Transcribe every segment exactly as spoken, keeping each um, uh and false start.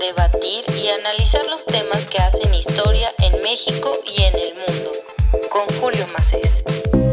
debatir y analizar los temas que hacen historia en México y en el mundo, con Julio Macés.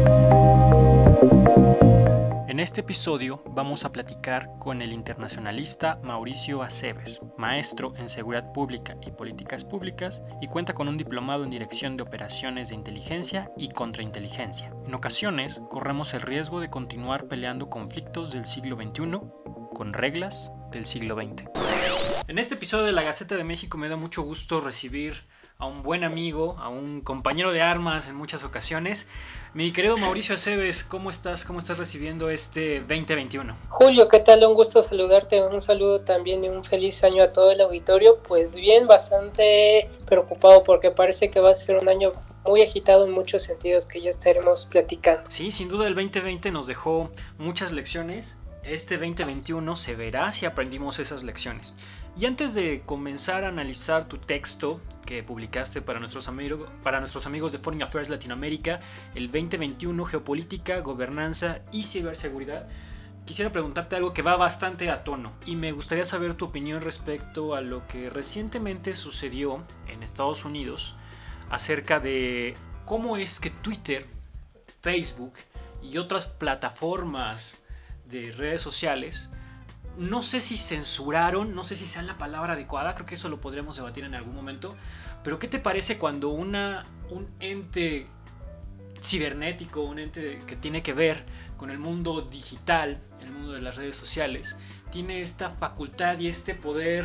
En este episodio vamos a platicar con el internacionalista Mauricio Aceves, maestro en Seguridad Pública y Políticas Públicas, y cuenta con un diplomado en Dirección de Operaciones de Inteligencia y Contrainteligencia. En ocasiones, corremos el riesgo de continuar peleando conflictos del siglo veintiuno con reglas del siglo veinte. En este episodio de La Gaceta de México me da mucho gusto recibir a un buen amigo, a un compañero de armas en muchas ocasiones. Mi querido Mauricio Aceves, ¿cómo estás? ¿Cómo estás recibiendo este veinte veintiuno? Julio, ¿qué tal? Un gusto saludarte, un saludo también y un feliz año a todo el auditorio. Pues bien, bastante preocupado porque parece que va a ser un año muy agitado en muchos sentidos que ya estaremos platicando. Sí, sin duda el veinte veinte nos dejó muchas lecciones. Este veinte veintiuno se verá si aprendimos esas lecciones. Y antes de comenzar a analizar tu texto que publicaste para nuestros, amigos, para nuestros amigos de Foreign Affairs Latinoamérica, el veinte veintiuno, Geopolítica, Gobernanza y Ciberseguridad, quisiera preguntarte algo que va bastante a tono. Y me gustaría saber tu opinión respecto a lo que recientemente sucedió en Estados Unidos acerca de cómo es que Twitter, Facebook y otras plataformas de redes sociales, no sé si censuraron, no sé si sea la palabra adecuada, creo que eso lo podremos debatir en algún momento, pero ¿qué te parece cuando una, un ente cibernético, un ente que tiene que ver con el mundo digital, el mundo de las redes sociales, tiene esta facultad y este poder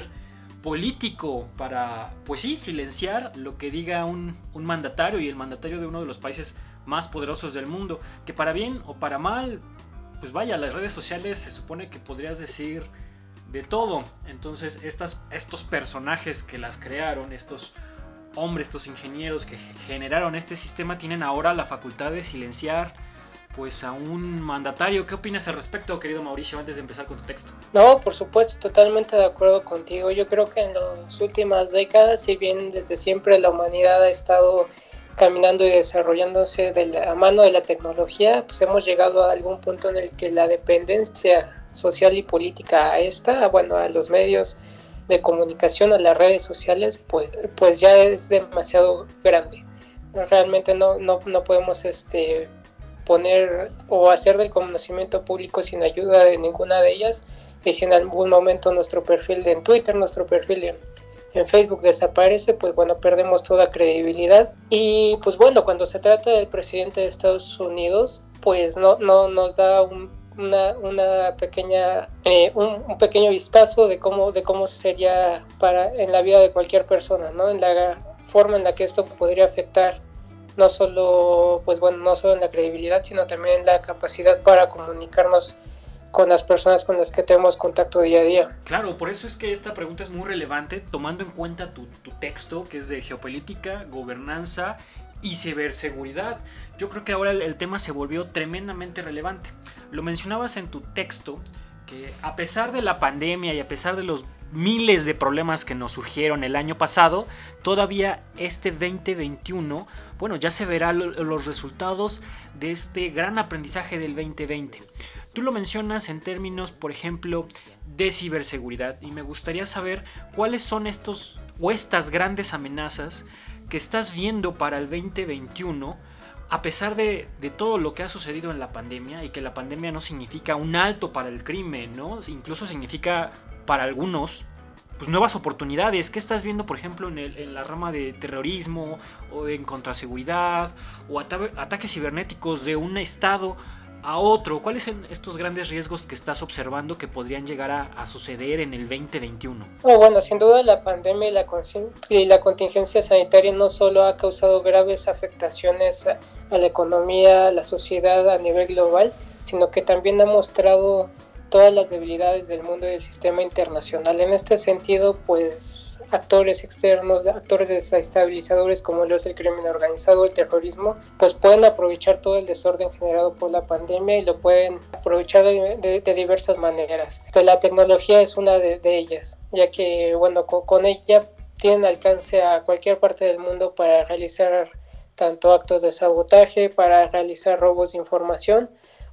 político para, pues sí, silenciar lo que diga un, un mandatario, y el mandatario de uno de los países más poderosos del mundo, que para bien o para mal, pues vaya, las redes sociales se supone que podrías decir de todo. Entonces estas, estos personajes que las crearon, estos hombres, estos ingenieros que generaron este sistema, tienen ahora la facultad de silenciar pues a un mandatario. ¿Qué opinas al respecto, querido Mauricio, antes de empezar con tu texto? No, por supuesto, totalmente de acuerdo contigo. Yo creo que en las últimas décadas, si bien desde siempre la humanidad ha estado caminando y desarrollándose de la mano de la tecnología, pues hemos llegado a algún punto en el que la dependencia social y política a esta, bueno, a los medios de comunicación, a las redes sociales, pues, pues ya es demasiado grande. Realmente no, no, no podemos este, poner o hacer del conocimiento público sin ayuda de ninguna de ellas, y si en algún momento nuestro perfil de en Twitter, nuestro perfil de en Facebook desaparece, pues bueno, perdemos toda credibilidad. Y pues bueno, cuando se trata del presidente de Estados Unidos, pues no, no nos da un, una, una pequeña, eh, un, un pequeño vistazo de cómo, de cómo sería para, en la vida de cualquier persona, ¿no? En la forma en la que esto podría afectar no solo, pues bueno, no solo en la credibilidad, sino también en la capacidad para comunicarnos con las personas con las que tenemos contacto día a día. Claro, por eso es que esta pregunta es muy relevante, tomando en cuenta tu, tu texto, que es de geopolítica, gobernanza y ciberseguridad. Yo creo que ahora el, el tema se volvió tremendamente relevante. Lo mencionabas en tu texto, que a pesar de la pandemia y a pesar de los miles de problemas que nos surgieron el año pasado, todavía este veinte veintiuno, bueno, ya se verán lo, los resultados de este gran aprendizaje del veinte veinte. Tú lo mencionas en términos, por ejemplo, de ciberseguridad, y me gustaría saber cuáles son estos o estas grandes amenazas que estás viendo para el veinte veintiuno, a pesar de, de todo lo que ha sucedido en la pandemia, y que la pandemia no significa un alto para el crimen, ¿no? Incluso significa para algunos pues nuevas oportunidades. ¿Qué estás viendo, por ejemplo, en, el, en la rama de terrorismo o en contraseguridad o ata- ataques cibernéticos de un estado a otro? ¿Cuáles son estos grandes riesgos que estás observando que podrían llegar a, a suceder en el veinte veintiuno? Oh, bueno, sin duda la pandemia y la, y la contingencia sanitaria no solo ha causado graves afectaciones a, a la economía, a la sociedad a nivel global, sino que también ha mostrado todas las debilidades del mundo y del sistema internacional. En este sentido, pues actores externos, actores desestabilizadores como lo es el crimen organizado, el terrorismo, pues pueden aprovechar todo el desorden generado por la pandemia y lo pueden aprovechar de, de, de diversas maneras. Pero la tecnología es una de, de ellas, ya que bueno, con, con ella tienen alcance a cualquier parte del mundo para realizar tanto actos de sabotaje, para realizar robos de información,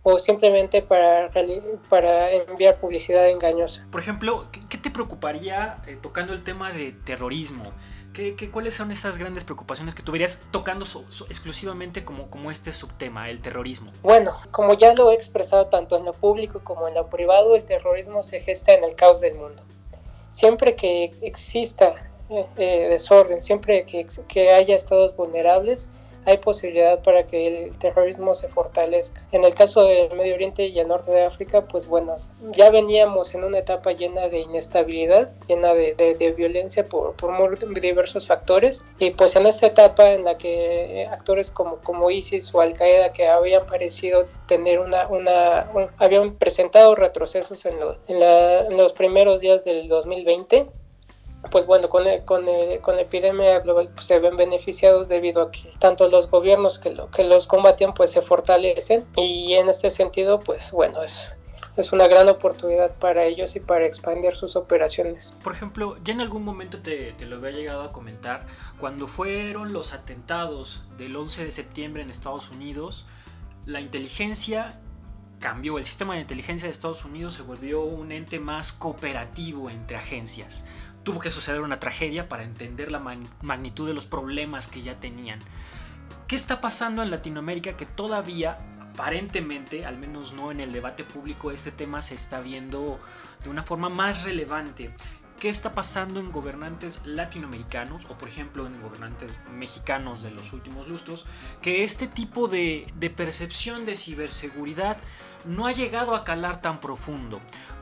o simplemente para, para enviar publicidad engañosa. Por ejemplo, ¿qué te preocuparía eh, tocando el tema de terrorismo? ¿Qué, qué, ¿Cuáles son esas grandes preocupaciones que tú verías tocando so, so, exclusivamente como, como este subtema, el terrorismo? Bueno, como ya lo he expresado tanto en lo público como en lo privado, el terrorismo se gesta en el caos del mundo. Siempre que exista eh, eh, desorden, siempre que, que haya estados vulnerables, hay posibilidad para que el terrorismo se fortalezca. En el caso del Medio Oriente y el norte de África, pues bueno, ya veníamos en una etapa llena de inestabilidad, llena de, de, de violencia por, por muy diversos factores, y pues en esta etapa en la que actores como, como ISIS o Al Qaeda, que habían parecido tener una, una un, habían presentado retrocesos en, lo, en, la, en los primeros días del dos mil veinte, pues bueno, con, el, con, el, con la epidemia global pues se ven beneficiados debido a que tanto los gobiernos que, lo, que los combaten pues se fortalecen, y en este sentido pues bueno, es, es una gran oportunidad para ellos y para expandir sus operaciones. Por ejemplo, ya en algún momento te, te lo había llegado a comentar, cuando fueron los atentados del once de septiembre en Estados Unidos, la inteligencia cambió, el sistema de inteligencia de Estados Unidos se volvió un ente más cooperativo entre agencias. Tuvo que suceder una tragedia para entender la man- magnitud de los problemas que ya tenían. ¿Qué está pasando en Latinoamérica que todavía, aparentemente, al menos no en el debate público, este tema se está viendo de una forma más relevante? ¿Qué está pasando en gobernantes latinoamericanos o por ejemplo en gobernantes mexicanos de los últimos lustros, que este tipo de, de percepción de ciberseguridad no ha llegado a calar tan profundo?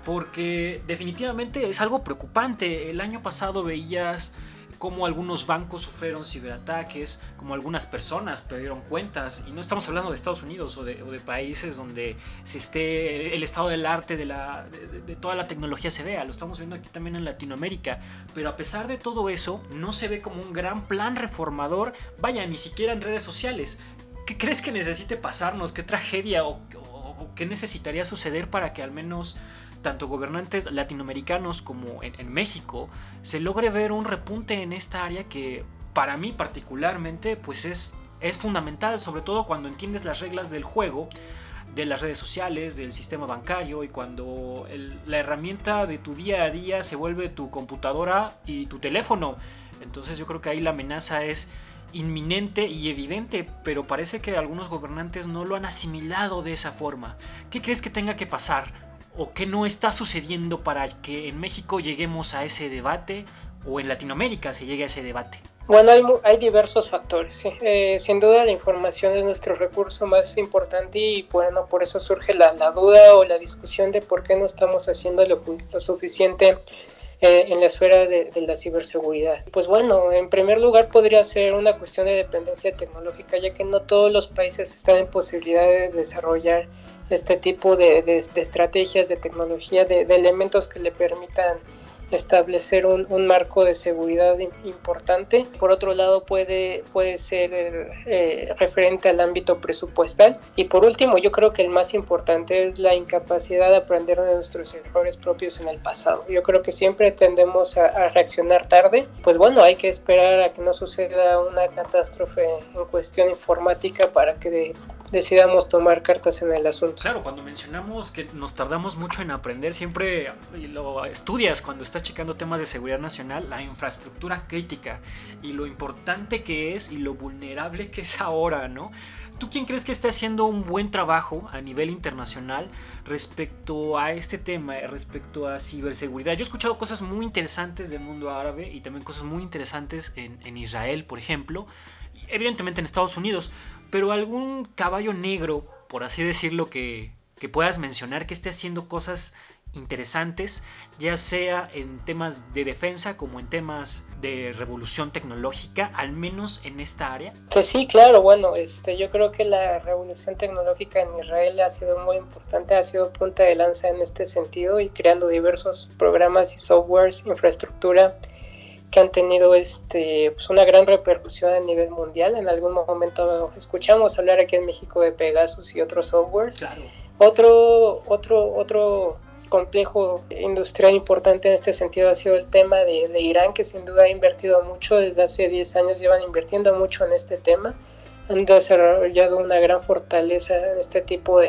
Porque definitivamente es algo preocupante. El año pasado veías cómo algunos bancos sufrieron ciberataques, como algunas personas perdieron cuentas, y no estamos hablando de Estados Unidos o de, o de países donde se esté el estado del arte, de, la, de, de toda la tecnología se vea, lo estamos viendo aquí también en Latinoamérica, pero a pesar de todo eso, no se ve como un gran plan reformador, vaya, ni siquiera en redes sociales. ¿Qué crees que necesite pasarnos? ¿Qué tragedia o, o, o qué necesitaría suceder para que al menos tanto gobernantes latinoamericanos como en, en México se logre ver un repunte en esta área que para mí particularmente pues es, es fundamental, sobre todo cuando entiendes las reglas del juego, de las redes sociales, del sistema bancario, y cuando el, la herramienta de tu día a día se vuelve tu computadora y tu teléfono? Entonces yo creo que ahí la amenaza es inminente y evidente, pero parece que algunos gobernantes no lo han asimilado de esa forma. ¿Qué crees que tenga que pasar? ¿O qué no está sucediendo para que en México lleguemos a ese debate o en Latinoamérica se llegue a ese debate? Bueno, hay, hay diversos factores, ¿sí? Eh, sin duda la información es nuestro recurso más importante y bueno, por eso surge la, la duda o la discusión de por qué no estamos haciendo lo, lo suficiente eh, en la esfera de, de la ciberseguridad. Pues bueno, en primer lugar podría ser una cuestión de dependencia tecnológica, ya que no todos los países están en posibilidad de desarrollar este tipo de, de, de estrategias, de tecnología, de, de elementos que le permitan establecer un, un marco de seguridad importante. Por otro lado, puede, puede ser eh, referente al ámbito presupuestal. Y por último, yo creo que el más importante es la incapacidad de aprender de nuestros errores propios en el pasado. Yo creo que siempre tendemos a, a reaccionar tarde. Pues bueno, hay que esperar a que no suceda una catástrofe en cuestión informática para que de, decidamos tomar cartas en el asunto. Claro, cuando mencionamos que nos tardamos mucho en aprender, siempre lo estudias cuando estás checando temas de seguridad nacional, la infraestructura crítica y lo importante que es y lo vulnerable que es ahora, ¿no? ¿Tú quién crees que está haciendo un buen trabajo a nivel internacional respecto a este tema, respecto a ciberseguridad? Yo he escuchado cosas muy interesantes del mundo árabe y también cosas muy interesantes en, en Israel, por ejemplo, evidentemente en Estados Unidos, pero algún caballo negro, por así decirlo, que, que puedas mencionar que esté haciendo cosas interesantes, ya sea en temas de defensa como en temas de revolución tecnológica, al menos en esta área. Pues sí, claro, bueno, este, yo creo que la revolución tecnológica en Israel ha sido muy importante, ha sido punta de lanza en este sentido y creando diversos programas y softwares, infraestructura que han tenido este, pues una gran repercusión a nivel mundial. En algún momento escuchamos hablar aquí en México de Pegasus y otros softwares. Claro. Otro, otro, otro complejo industrial importante en este sentido ha sido el tema de, de Irán, que sin duda ha invertido mucho, desde hace diez años llevan invirtiendo mucho en este tema, han desarrollado una gran fortaleza en este tipo de,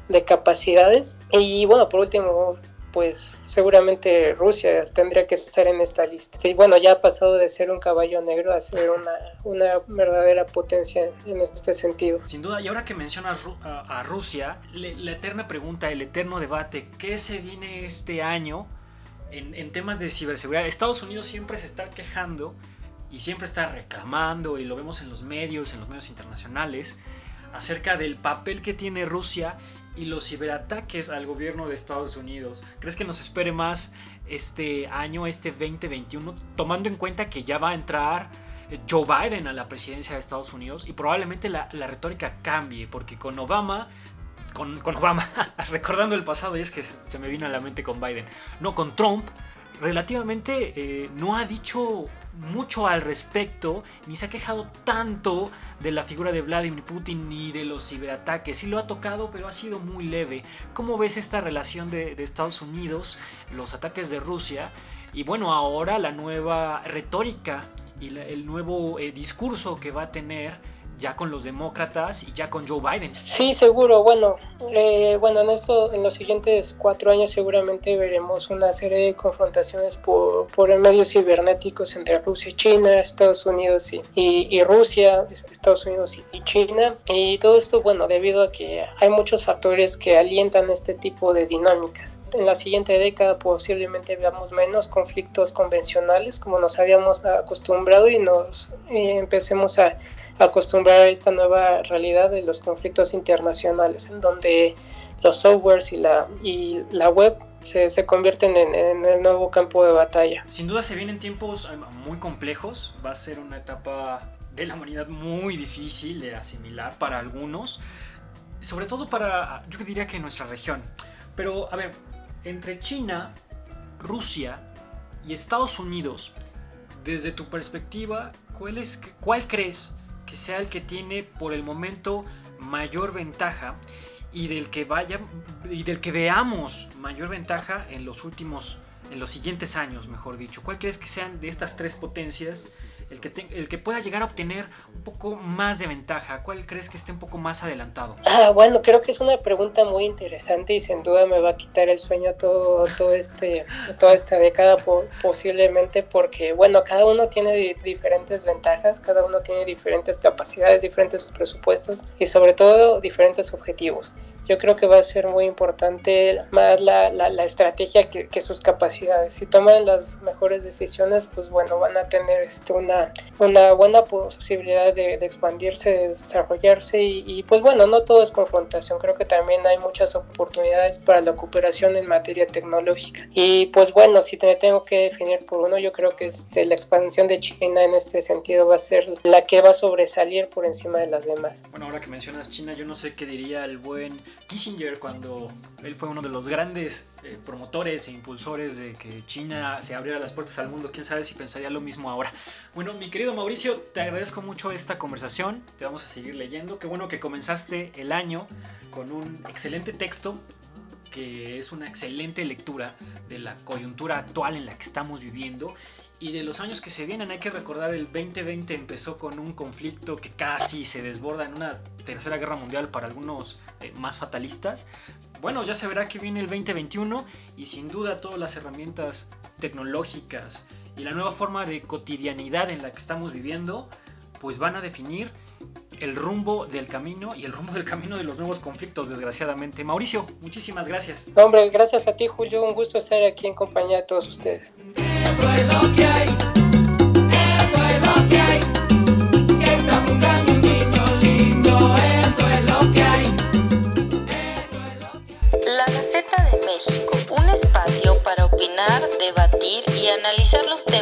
de capacidades. Y bueno, por último, pues seguramente Rusia tendría que estar en esta lista. Y bueno, ya ha pasado de ser un caballo negro a ser una, una verdadera potencia en este sentido. Sin duda, y ahora que mencionas a, a Rusia, le, la eterna pregunta, el eterno debate, ¿qué se viene este año en, en temas de ciberseguridad? Estados Unidos siempre se está quejando y siempre está reclamando, y lo vemos en los medios, en los medios internacionales, acerca del papel que tiene Rusia y los ciberataques al gobierno de Estados Unidos. ¿Crees que nos espere más este año, este veinte veintiuno, tomando en cuenta que ya va a entrar Joe Biden a la presidencia de Estados Unidos y probablemente la, la retórica cambie? Porque con Obama, con, con Obama, recordando el pasado, y es que se me vino a la mente con Biden, no, con Trump, relativamente eh, no ha dicho mucho al respecto, ni se ha quejado tanto de la figura de Vladimir Putin ni de los ciberataques. Sí lo ha tocado, pero ha sido muy leve. ¿Cómo ves esta relación de, de Estados Unidos, los ataques de Rusia, y bueno, ahora la nueva retórica y la, el nuevo eh, discurso que va a tener ya con los demócratas y ya con Joe Biden? Sí, seguro. Bueno, eh, bueno, en esto, en los siguientes cuatro años seguramente veremos una serie de confrontaciones por, por medios cibernéticos entre Rusia y China, Estados Unidos y, y, y Rusia, Estados Unidos y, y China. Y todo esto, bueno, debido a que hay muchos factores que alientan este tipo de dinámicas. En la siguiente década posiblemente veamos menos conflictos convencionales como nos habíamos acostumbrado y nos eh, empecemos a acostumbrar a esta nueva realidad de los conflictos internacionales, en donde los softwares y la, y la web se, se convierten en, en el nuevo campo de batalla. Sin duda se vienen tiempos muy complejos, va a ser una etapa de la humanidad muy difícil de asimilar para algunos, sobre todo para, yo diría que nuestra región. Pero, a ver, entre China, Rusia y Estados Unidos, desde tu perspectiva, ¿cuál, es, cuál crees que sea el que tiene por el momento mayor ventaja y del que vaya y del que veamos mayor ventaja en los últimos, en los siguientes años, mejor dicho? ¿Cuál crees que sean de estas tres potencias el que, te, el que pueda llegar a obtener un poco más de ventaja? ¿Cuál crees que esté un poco más adelantado? Ah, bueno, creo que es una pregunta muy interesante y sin duda me va a quitar el sueño todo, todo este, toda esta década por, posiblemente porque, bueno, cada uno tiene di- diferentes ventajas, cada uno tiene diferentes capacidades, diferentes presupuestos y sobre todo diferentes objetivos. Yo creo que va a ser muy importante más la, la, la estrategia que, que sus capacidades. Si toman las mejores decisiones, pues bueno, van a tener este, una, una buena posibilidad de, de expandirse, de desarrollarse y, y pues bueno, no todo es confrontación. Creo que también hay muchas oportunidades para la cooperación en materia tecnológica. Y pues bueno, si me tengo que definir por uno, yo creo que este, la expansión de China en este sentido va a ser la que va a sobresalir por encima de las demás. Bueno, ahora que mencionas China, yo no sé qué diría el buen Kissinger cuando él fue uno de los grandes eh, promotores e impulsores de que China se abriera las puertas al mundo. Quién sabe si pensaría lo mismo ahora. Bueno, mi querido Mauricio, te agradezco mucho esta conversación, te vamos a seguir leyendo. Qué bueno que comenzaste el año con un excelente texto, que es una excelente lectura de la coyuntura actual en la que estamos viviendo y de los años que se vienen. Hay que recordar, el veinte veinte empezó con un conflicto que casi se desborda en una tercera guerra mundial para algunos eh, más fatalistas. Bueno, ya se verá que viene el veinte veintiuno y sin duda todas las herramientas tecnológicas y la nueva forma de cotidianidad en la que estamos viviendo pues van a definir el rumbo del camino y el rumbo del camino de los nuevos conflictos, desgraciadamente. Mauricio, muchísimas gracias. No, hombre, gracias a ti, Julio, un gusto estar aquí en compañía de todos ustedes. Esto es lo que hay, esto es lo que hay. Si estás buscando un niño lindo, esto es lo que hay. Esto es lo que hay. La Gaceta de México, un espacio para opinar, debatir y analizar los temas